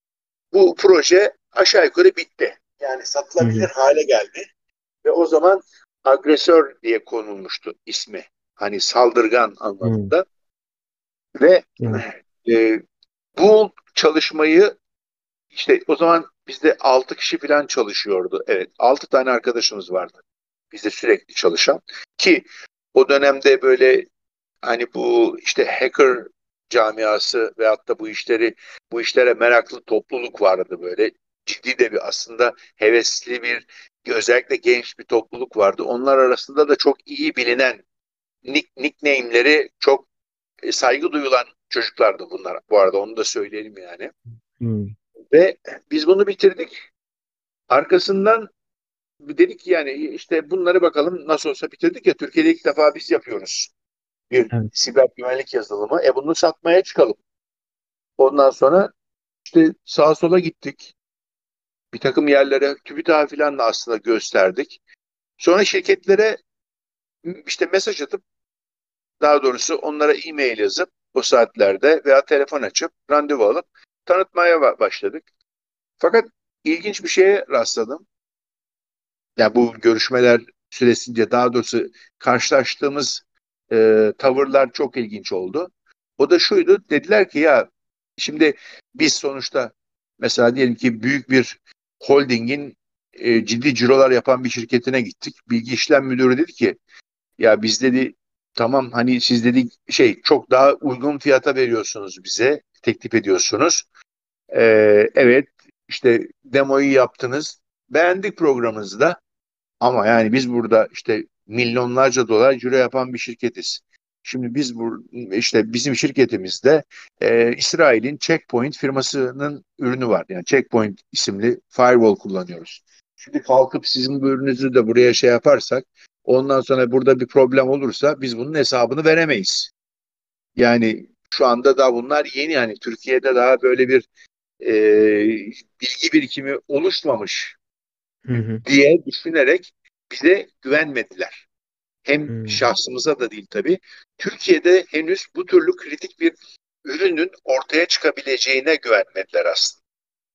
Speaker 2: bu proje aşağı yukarı bitti. Yani
Speaker 1: Hı
Speaker 2: satılabilir
Speaker 1: hı.
Speaker 2: hale geldi. Ve o zaman agresör diye konulmuştu ismi. Hani saldırgan
Speaker 1: Hı.
Speaker 2: anlamında. Ve
Speaker 1: Evet.
Speaker 2: e, bu çalışmayı işte o zaman bizde altı kişi falan çalışıyordu. Evet, altı tane arkadaşımız vardı. Bizde sürekli çalışan. Ki o dönemde böyle hani bu işte hacker camiası veyahut da bu işleri bu işlere meraklı topluluk vardı böyle. Ciddi de bir, aslında hevesli bir, özellikle genç bir topluluk vardı. Onlar arasında da çok iyi bilinen, nick, nickname'leri çok e, saygı duyulan çocuklardı bunlar. Bu arada onu da söyleyelim yani.
Speaker 1: Hı.
Speaker 2: Ve biz bunu bitirdik. Arkasından dedik ki yani işte bunları bakalım, nasıl olsa bitirdik ya, Türkiye'de ilk defa biz yapıyoruz bir
Speaker 1: Evet.
Speaker 2: siber güvenlik yazılımı. E bunu satmaya çıkalım. Ondan sonra işte sağa sola gittik. Bir takım yerlere TÜBİTAK falan da aslında gösterdik. Sonra şirketlere işte mesaj atıp, daha doğrusu onlara e-mail yazıp o saatlerde veya telefon açıp randevu alıp tanıtmaya başladık. Fakat ilginç bir şeye rastladım. Yani bu görüşmeler süresince, daha doğrusu karşılaştığımız e, tavırlar çok ilginç oldu. O da şuydu: dediler ki ya şimdi biz sonuçta mesela diyelim ki büyük bir holdingin e, ciddi cirolar yapan bir şirketine gittik. Bilgi işlem müdürü dedi ki ya biz dedi tamam, hani siz dedi şey çok daha uygun fiyata veriyorsunuz, bize teklif ediyorsunuz. E, evet, işte demoyu yaptınız, beğendik programınızı da, ama yani biz burada işte milyonlarca dolar ciro yapan bir şirketiz. Şimdi biz bu işte bizim şirketimizde e, İsrail'in Checkpoint firmasının ürünü var. Yani Checkpoint isimli firewall kullanıyoruz. Şimdi kalkıp sizin bu ürününüzü de buraya şey yaparsak, ondan sonra burada bir problem olursa biz bunun hesabını veremeyiz. Yani şu anda da bunlar yeni, yani Türkiye'de daha böyle bir e, bilgi birikimi oluşmamış
Speaker 1: Hı hı.
Speaker 2: diye düşünerek bize güvenmediler. Hem
Speaker 1: Hı.
Speaker 2: şahsımıza da değil tabii. Türkiye'de henüz bu türlü kritik bir ürünün ortaya çıkabileceğine güvenmediler aslında.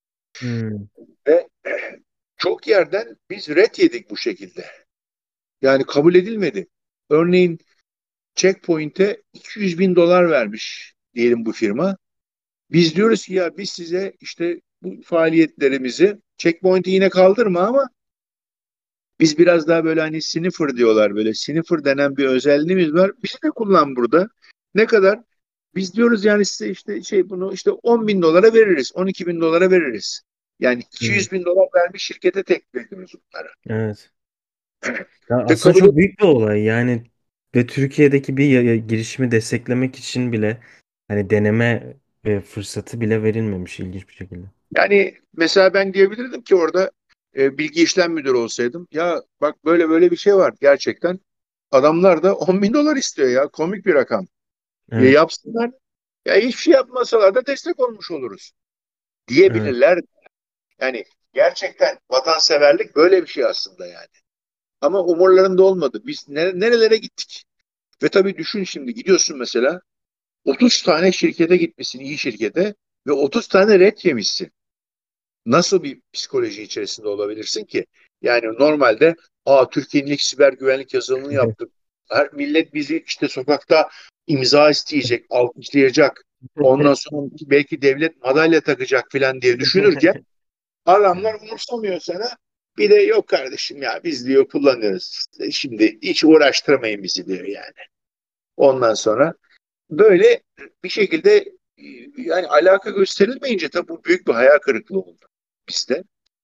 Speaker 1: Hı.
Speaker 2: Ve çok yerden biz ret yedik bu şekilde. Yani kabul edilmedi. Örneğin Checkpoint'e iki yüz bin dolar vermiş diyelim bu firma. Biz diyoruz ki ya biz size işte bu faaliyetlerimizi checkpoint'i yine kaldırma ama biz biraz daha böyle hani sniffer diyorlar böyle sniffer denen bir özelliğimiz var. Bizi de kullan burada. Ne kadar? Biz diyoruz yani size işte şey bunu işte on bin dolara veririz. on iki bin dolara veririz. Yani
Speaker 1: Hı hı.
Speaker 2: iki yüz bin dolar vermiş şirkete teklif ediyoruz bunlara.
Speaker 1: Evet. Ya
Speaker 2: Ve
Speaker 1: aslında
Speaker 2: kabul
Speaker 1: çok büyük bir olay yani, ve Türkiye'deki bir ya- ya- girişimi desteklemek için bile hani deneme e, fırsatı bile verilmemiş ilginç bir şekilde.
Speaker 2: Yani mesela ben diyebilirdim ki orada e, bilgi işlem müdürü olsaydım. Ya bak böyle böyle bir şey var gerçekten. Adamlar da on bin dolar istiyor ya. Komik bir rakam. Ya
Speaker 1: Evet,
Speaker 2: yapsınlar. Ya hiçbir şey yapmasalar da destek olmuş oluruz
Speaker 1: evet.
Speaker 2: diyebilirler. Yani gerçekten vatanseverlik böyle bir şey aslında yani. Ama umurlarında olmadı. Biz nere- nerelere gittik? Ve tabii düşün şimdi gidiyorsun mesela otuz tane şirkete gitmişsin iyi şirkete ve otuz tane red yemişsin. Nasıl bir psikoloji içerisinde olabilirsin ki? Yani normalde aa Türkiye'nin ilk siber güvenlik yazılımını yaptık. Her millet bizi işte sokakta imza isteyecek, alkışlayacak. Ondan sonra belki devlet madalya takacak falan diye düşünürken adamlar umursamıyor sana. Bir de yok kardeşim ya biz diyor kullanıyoruz. Şimdi hiç uğraştırmayın bizi diyor yani. Ondan sonra böyle bir şekilde e, yani alaka gösterilmeyince tabii bu büyük bir hayal kırıklığı oldu bizde.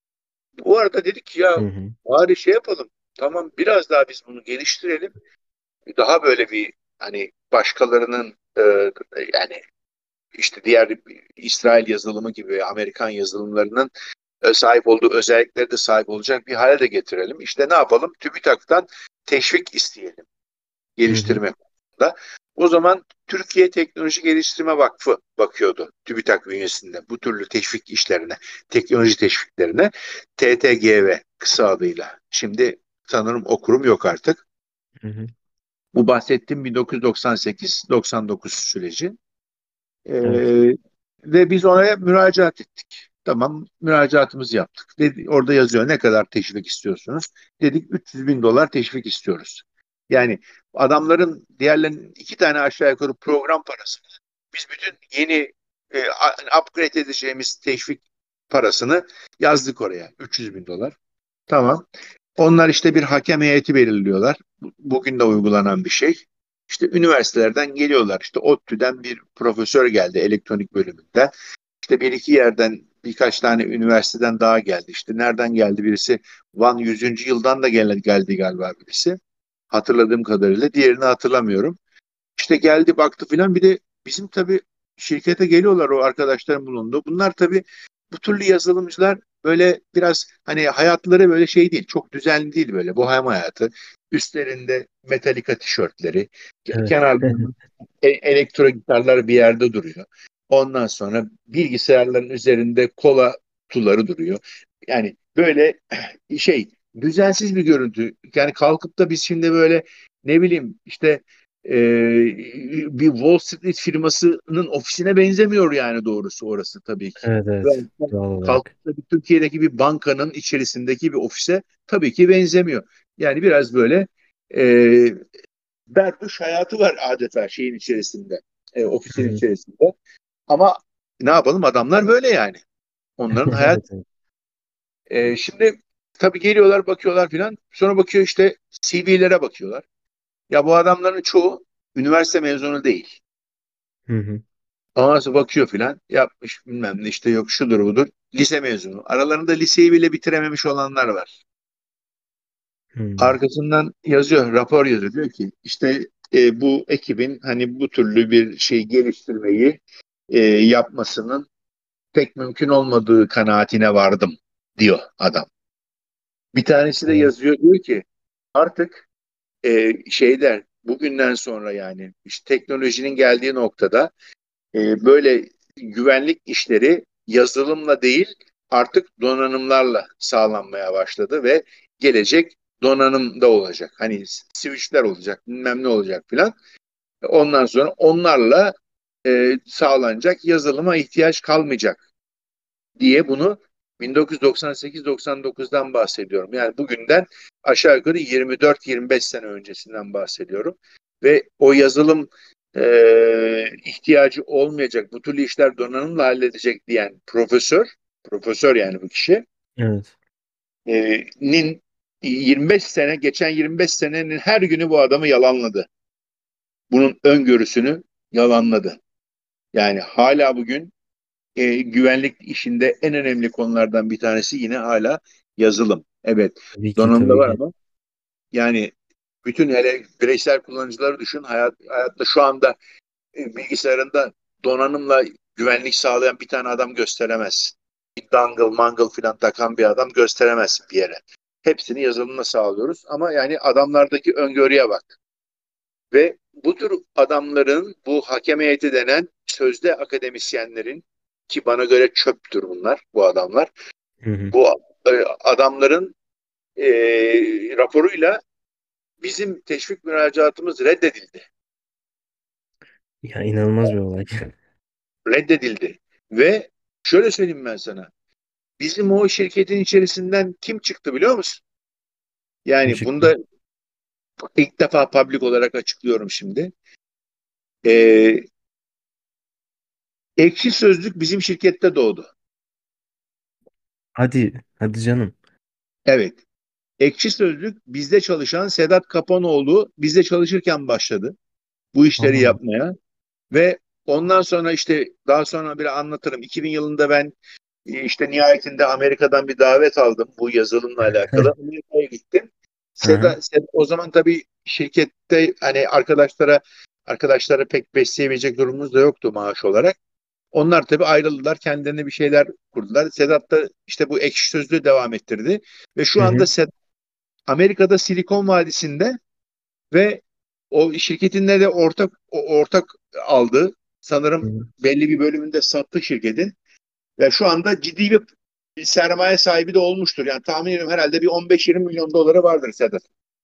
Speaker 2: O arada dedik ki ya
Speaker 1: Hı hı.
Speaker 2: bari şey yapalım. Tamam biraz daha biz bunu geliştirelim. Daha böyle bir hani başkalarının e, yani işte diğer İsrail yazılımı gibi Amerikan yazılımlarının e, sahip olduğu özelliklere de sahip olacak bir hale de getirelim. İşte ne yapalım? TÜBİTAK'tan teşvik isteyelim
Speaker 1: Hı hı.
Speaker 2: geliştirme konusunda. O zaman Türkiye Teknoloji Geliştirme Vakfı bakıyordu TÜBİTAK bünyesinde bu türlü teşvik işlerine, teknoloji teşviklerine. T T G V kısa adıyla. Şimdi sanırım o kurum yok artık.
Speaker 1: Hı hı.
Speaker 2: Bu bahsettiğim bin dokuz yüz doksan sekiz doksan dokuz süreci.
Speaker 1: Evet.
Speaker 2: Ee, ve biz oraya müracaat ettik. Tamam, müracaatımızı yaptık. Dedi, orada yazıyor ne kadar teşvik istiyorsunuz? Dedik üç yüz bin dolar teşvik istiyoruz. Yani adamların diğerlerinin iki tane aşağı yukarı program parası. Biz bütün yeni e, upgrade edeceğimiz teşvik parasını yazdık oraya. üç yüz bin dolar. Tamam. Onlar işte bir hakem heyeti belirliyorlar. Bugün de uygulanan bir şey. İşte üniversitelerden geliyorlar. İşte ODTÜ'den bir profesör geldi elektronik bölümünde. İşte bir iki yerden birkaç tane üniversiteden daha geldi. İşte nereden geldi birisi? Van yüzüncü yıldan da geldi, geldi galiba birisi. Hatırladığım kadarıyla. Diğerini hatırlamıyorum. İşte geldi baktı filan. Bir de bizim tabii şirkete geliyorlar o arkadaşların bulundu. Bunlar tabii bu türlü yazılımcılar böyle biraz hani hayatları böyle şey değil. Çok düzenli değil böyle bohem hayatı. Üstlerinde Metallica tişörtleri,
Speaker 1: Evet.
Speaker 2: kenarlarında e- elektro gitarlar bir yerde duruyor. Ondan sonra bilgisayarların üzerinde kola kutuları duruyor. Yani böyle şey düzensiz bir görüntü. Yani kalkıp da biz şimdi böyle ne bileyim işte e, bir Wall Street firmasının ofisine benzemiyor yani doğrusu orası tabii ki.
Speaker 1: Evet,
Speaker 2: Ve
Speaker 1: evet. Doğal olarak.
Speaker 2: kalkıp da bir Türkiye'deki bir bankanın içerisindeki bir ofise tabii ki benzemiyor. Yani biraz böyle e, berduş hayatı var adeta şeyin içerisinde, e,
Speaker 1: Hı
Speaker 2: ofisin
Speaker 1: hı.
Speaker 2: içerisinde. Ama ne yapalım adamlar böyle yani. Onların hayat.
Speaker 1: Evet, evet.
Speaker 2: E, şimdi tabii geliyorlar bakıyorlar filan. Sonra bakıyor işte C V'lere bakıyorlar. Ya bu adamların çoğu üniversite mezunu değil.
Speaker 1: Hı hı.
Speaker 2: Ondan sonra bakıyor filan. Yapmış bilmem ne işte yok şudur budur. Lise mezunu. Aralarında liseyi bile bitirememiş olanlar var.
Speaker 1: Hı.
Speaker 2: Arkasından yazıyor, rapor yazıyor. Diyor ki işte e, bu ekibin hani bu türlü bir şey geliştirmeyi e, yapmasının pek mümkün olmadığı kanaatine vardım diyor adam. Bir tanesi de
Speaker 1: Evet.
Speaker 2: yazıyor diyor ki artık e, şeyler bugünden sonra yani işte teknolojinin geldiği noktada e, böyle güvenlik işleri yazılımla değil artık donanımlarla sağlanmaya başladı ve gelecek donanımda olacak. Hani switchler olacak, bilmem ne olacak filan. Ondan sonra onlarla e, sağlanacak yazılıma ihtiyaç kalmayacak diye bunu bin dokuz yüz doksan sekiz doksan dokuzdan bahsediyorum. Yani bugünden aşağı yukarı yirmi dört yirmi beş sene öncesinden bahsediyorum. Ve o yazılım e, ihtiyacı olmayacak, bu türlü işler donanımla halledecek diyen profesör, profesör yani bu kişi,
Speaker 1: Evet.
Speaker 2: e, nin yirmi beş sene, geçen yirmi beş senenin her günü bu adamı yalanladı. Bunun öngörüsünü yalanladı. Yani hala bugün e, güvenlik işinde en önemli konulardan bir tanesi yine hala yazılım. Evet,
Speaker 1: Tabii ki,
Speaker 2: donanımda
Speaker 1: tabii
Speaker 2: var
Speaker 1: ki.
Speaker 2: ama yani bütün hele bireysel kullanıcıları düşün. Hayat, hayatta şu anda e, bilgisayarında donanımla güvenlik sağlayan bir tane adam gösteremez. Bir dangle mangle filan takan bir adam gösteremezsin bir yere. Hepsini yazılımla sağlıyoruz ama yani adamlardaki öngörüye bak. Ve bu tür adamların, bu hakem heyeti denen sözde akademisyenlerin, ki bana göre çöptür bunlar, bu adamlar.
Speaker 1: Hı hı.
Speaker 2: Bu e, adamların e, raporuyla bizim teşvik müracaatımız reddedildi.
Speaker 1: Ya inanılmaz bir olay.
Speaker 2: Reddedildi. Ve şöyle söyleyeyim ben sana. Bizim o şirketin içerisinden kim çıktı biliyor musun?
Speaker 1: Kim
Speaker 2: Yani
Speaker 1: çıktı?
Speaker 2: bunda ilk defa public olarak açıklıyorum şimdi. Ee, Ekşi Sözlük bizim şirkette doğdu.
Speaker 1: Hadi, hadi canım.
Speaker 2: Evet. Ekşi Sözlük bizde çalışan Sedat Kapanoğlu bizde çalışırken başladı bu işleri
Speaker 1: Allah.
Speaker 2: yapmaya. Ve ondan sonra işte daha sonra bir anlatırım. iki bin yılında ben e, işte nihayetinde Amerika'dan bir davet aldım bu yazılımla alakalı. Amerika'ya gittim.
Speaker 1: Hı hı.
Speaker 2: Seda, Seda- o zaman tabii şirkette hani arkadaşlara arkadaşlara pek besleyebilecek durumumuz da yoktu maaş olarak. Onlar tabii ayrıldılar, kendilerine bir şeyler kurdular. Sedat da işte bu ekşi sözlüğü devam ettirdi. Ve şu
Speaker 1: Hı
Speaker 2: anda
Speaker 1: hı.
Speaker 2: Sedat Amerika'da Silikon Vadisi'nde ve o şirketinle de ortak o- ortak aldı.
Speaker 1: Hı
Speaker 2: Sanırım
Speaker 1: hı.
Speaker 2: belli bir bölümünde sattı şirketin. Ve şu anda ciddi bir sermaye sahibi de olmuştur. Yani tahmin ediyorum herhalde bir on beş yirmi milyon doları vardır Sedat.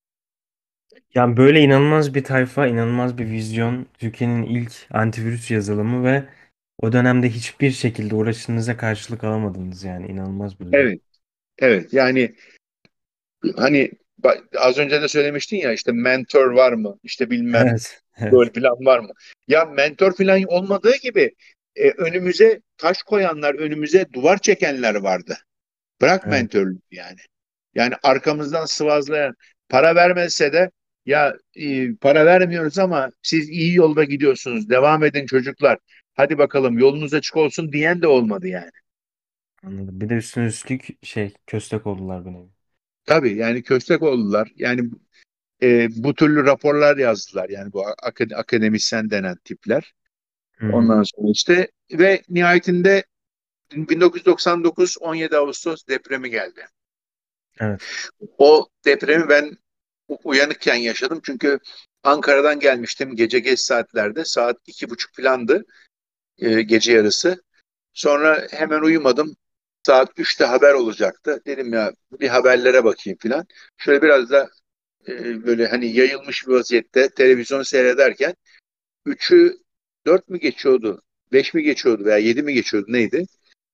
Speaker 1: Yani böyle inanılmaz bir tayfa, inanılmaz bir vizyon. Türkiye'nin ilk antivirüs yazılımı ve o dönemde hiçbir şekilde uğraşınıza karşılık alamadınız yani. İnanılmaz bir durum.
Speaker 2: Evet, evet. Yani hani ba- az önce de söylemiştin ya işte mentor var mı? İşte bilmem
Speaker 1: Evet,
Speaker 2: gol
Speaker 1: evet.
Speaker 2: falan var mı? Ya mentor falan olmadığı gibi e, önümüze taş koyanlar, önümüze duvar çekenler vardı. Bırak
Speaker 1: Evet.
Speaker 2: mentörlüğü yani. Yani arkamızdan sıvazlayan, para vermezse de ya e, para vermiyoruz ama siz iyi yolda gidiyorsunuz. Devam edin çocuklar. Hadi bakalım yolunuz açık olsun diyen de olmadı yani.
Speaker 1: Anladım. Bir de üstüne üstlük şey, köstek oldular bir nevi.
Speaker 2: Tabii yani köstek oldular. Yani e, bu türlü raporlar yazdılar. Yani bu akad- akademisyen denen tipler.
Speaker 1: Hı hı.
Speaker 2: Ondan sonra işte ve nihayetinde bin dokuz yüz doksan dokuz on yedi Ağustos depremi geldi.
Speaker 1: Evet.
Speaker 2: O depremi ben u- uyanıkken yaşadım. Çünkü Ankara'dan gelmiştim gece geç saatlerde. Saat iki buçuk filandı e, gece yarısı. Sonra hemen uyumadım. Saat üçte haber olacaktı. Dedim ya bir haberlere bakayım filan. Şöyle biraz da e, böyle hani yayılmış bir vaziyette televizyon seyrederken üçü dört mü geçiyordu? Beş mi geçiyordu veya yedi mi geçiyordu neydi?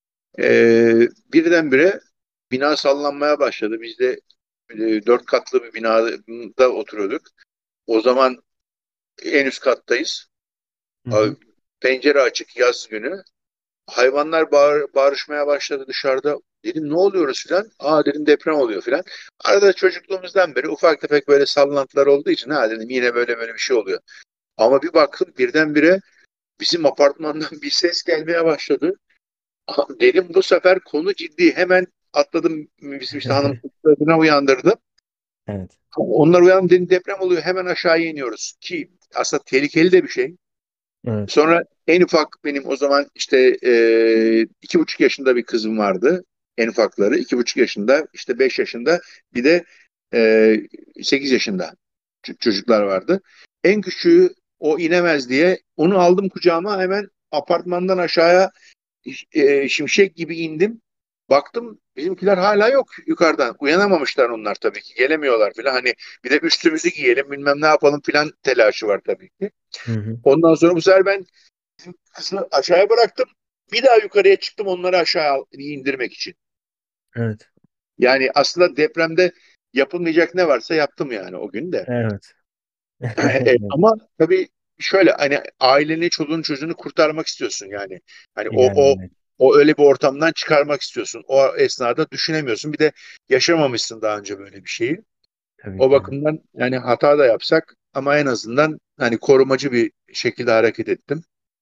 Speaker 2: E, birdenbire bina sallanmaya başladı. Biz de e, dört katlı bir binada oturuyorduk. O zaman en üst kattayız.
Speaker 1: Hı
Speaker 2: Abi,
Speaker 1: hı.
Speaker 2: pencere açık yaz günü. Hayvanlar bağır, bağırışmaya başladı dışarıda. Dedim ne oluyoruz filan. Aa dedim deprem oluyor filan. Arada çocukluğumuzdan beri ufak tefek böyle sallantılar olduğu için ha dedim yine böyle böyle bir şey oluyor. Ama bir baktım birdenbire bizim apartmandan bir ses gelmeye başladı. Aa, dedim bu sefer konu ciddi. Hemen atladım bizim işte hanım kızlarına uyandırdım.
Speaker 1: Evet.
Speaker 2: Onlar uyandı dedim deprem oluyor hemen aşağıya iniyoruz. Ki aslında tehlikeli de bir şey.
Speaker 1: Evet.
Speaker 2: Sonra en ufak benim o zaman işte e, iki buçuk yaşında bir kızım vardı. En ufakları iki buçuk yaşında, işte beş yaşında, bir de e, sekiz yaşında ç- çocuklar vardı. En küçüğü o inemez diye onu aldım kucağıma hemen apartmandan aşağıya e, şimşek gibi indim. Baktım bizimkiler hala yok yukarıdan. Uyanamamışlar onlar tabii ki. Gelemiyorlar filan. Hani bir de üstümüzü giyelim bilmem ne yapalım filan telaşı var tabii ki.
Speaker 1: Hı hı.
Speaker 2: Ondan sonra bu sefer ben kısmı aşağıya bıraktım. Bir daha yukarıya çıktım onları aşağı indirmek için.
Speaker 1: Evet.
Speaker 2: Yani aslında depremde yapılmayacak ne varsa yaptım yani o gün de.
Speaker 1: Evet.
Speaker 2: E,
Speaker 1: Evet.
Speaker 2: ama tabii şöyle hani aileni, çoluğunu, çocuğunu kurtarmak istiyorsun yani. Hani o o
Speaker 1: Yani evet,
Speaker 2: o öyle bir ortamdan çıkarmak istiyorsun. O esnada düşünemiyorsun. Bir de yaşamamışsın daha önce böyle bir şeyi.
Speaker 1: tabii
Speaker 2: O
Speaker 1: ki.
Speaker 2: bakımdan yani hata da yapsak ama en azından hani korumacı bir şekilde hareket ettim.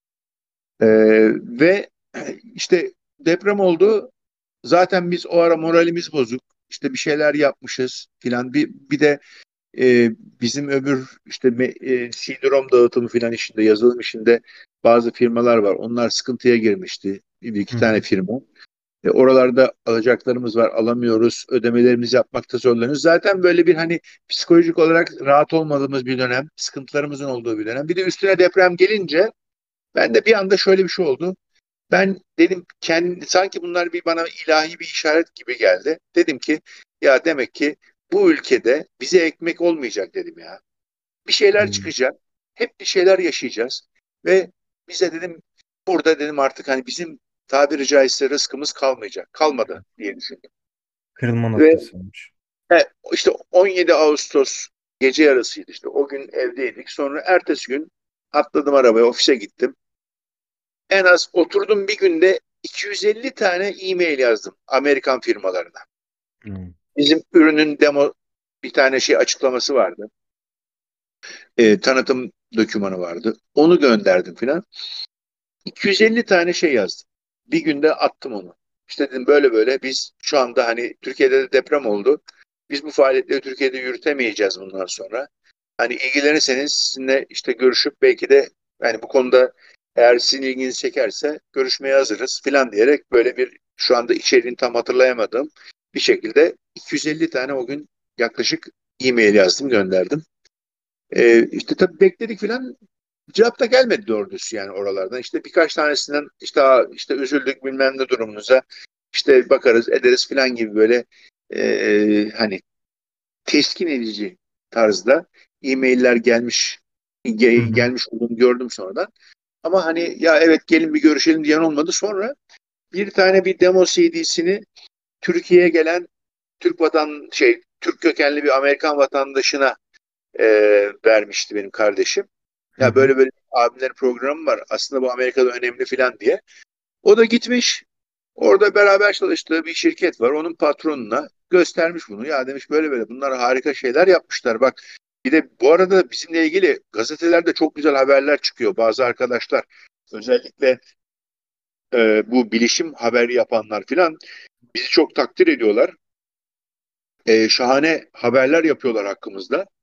Speaker 2: Ee, ve işte deprem oldu. Zaten biz o ara moralimiz bozuk. İşte bir şeyler yapmışız filan. Bir, bir de e, bizim öbür işte me- e, C D-ROM dağıtımı filan işinde, yazılım işinde bazı firmalar var. Onlar sıkıntıya girmişti. Bir iki
Speaker 1: Hı
Speaker 2: tane
Speaker 1: hı.
Speaker 2: firma. E, oralarda alacaklarımız var, alamıyoruz. Ödemelerimizi yapmakta zorlanıyoruz. Zaten böyle bir hani psikolojik olarak rahat olmadığımız bir dönem, sıkıntılarımızın olduğu bir dönem. Bir de üstüne deprem gelince ben de bir anda şöyle bir şey oldu. Ben dedim kendi, sanki bunlar bir bana ilahi bir işaret gibi geldi. Dedim ki ya demek ki bu ülkede bize ekmek olmayacak dedim ya. Bir şeyler
Speaker 1: Hmm.
Speaker 2: çıkacak. Hep bir şeyler yaşayacağız. Ve bize dedim burada dedim artık hani bizim tabiri caizse rızkımız kalmayacak. Kalmadı diye düşündüm.
Speaker 1: Kırılma
Speaker 2: Ve
Speaker 1: noktası olmuş.
Speaker 2: he, işte on yedi Ağustos gece yarısıydı işte. O gün evdeydik. Sonra ertesi gün atladım arabaya, ofise gittim. En az oturdum bir günde iki yüz elli tane e-mail yazdım Amerikan firmalarına.
Speaker 1: Hmm.
Speaker 2: Bizim ürünün demo bir tane şey açıklaması vardı. E, tanıtım dokümanı vardı. Onu gönderdim filan. iki yüz elli tane şey yazdım. Bir günde attım onu. İşte dedim böyle böyle biz şu anda hani Türkiye'de de deprem oldu. Biz bu faaliyetleri Türkiye'de yürütemeyeceğiz bundan sonra. Hani ilgilenirseniz sizinle işte görüşüp belki de yani bu konuda eğer sizin ilginizi çekerse görüşmeye hazırız filan diyerek böyle bir şu anda içeriğini tam hatırlayamadığım bir şekilde iki yüz elli tane o gün yaklaşık e-mail yazdım gönderdim. Ee, işte tabii bekledik filan. Cevap da gelmedi doğru düzgün yani oralardan. İşte birkaç tanesinden işte "Aa, işte üzüldük bilmem ne durumunuza. İşte bakarız ederiz filan gibi böyle e, hani teskin edici tarzda e-mailler gelmiş
Speaker 1: Hı
Speaker 2: ge-
Speaker 1: hı.
Speaker 2: gelmiş olduğunu gördüm sonradan. Ama hani ya evet gelin bir görüşelim diyen olmadı. Sonra bir tane bir demo C D'sini Türkiye'ye gelen Türk vatan şey Türk kökenli bir Amerikan vatandaşına e, vermişti benim kardeşim.
Speaker 1: Hı
Speaker 2: Ya
Speaker 1: hı.
Speaker 2: böyle böyle abilerin programı var. Aslında bu Amerika'da önemli filan diye. O da gitmiş. Orada beraber çalıştığı bir şirket var. Onun patronuna göstermiş bunu. Ya demiş böyle böyle bunlar harika şeyler yapmışlar. Bak bir de bu arada bizimle ilgili gazetelerde çok güzel haberler çıkıyor. Bazı arkadaşlar özellikle e, bu bilişim haberi yapanlar filan bizi çok takdir ediyorlar. E, şahane haberler yapıyorlar hakkımızda.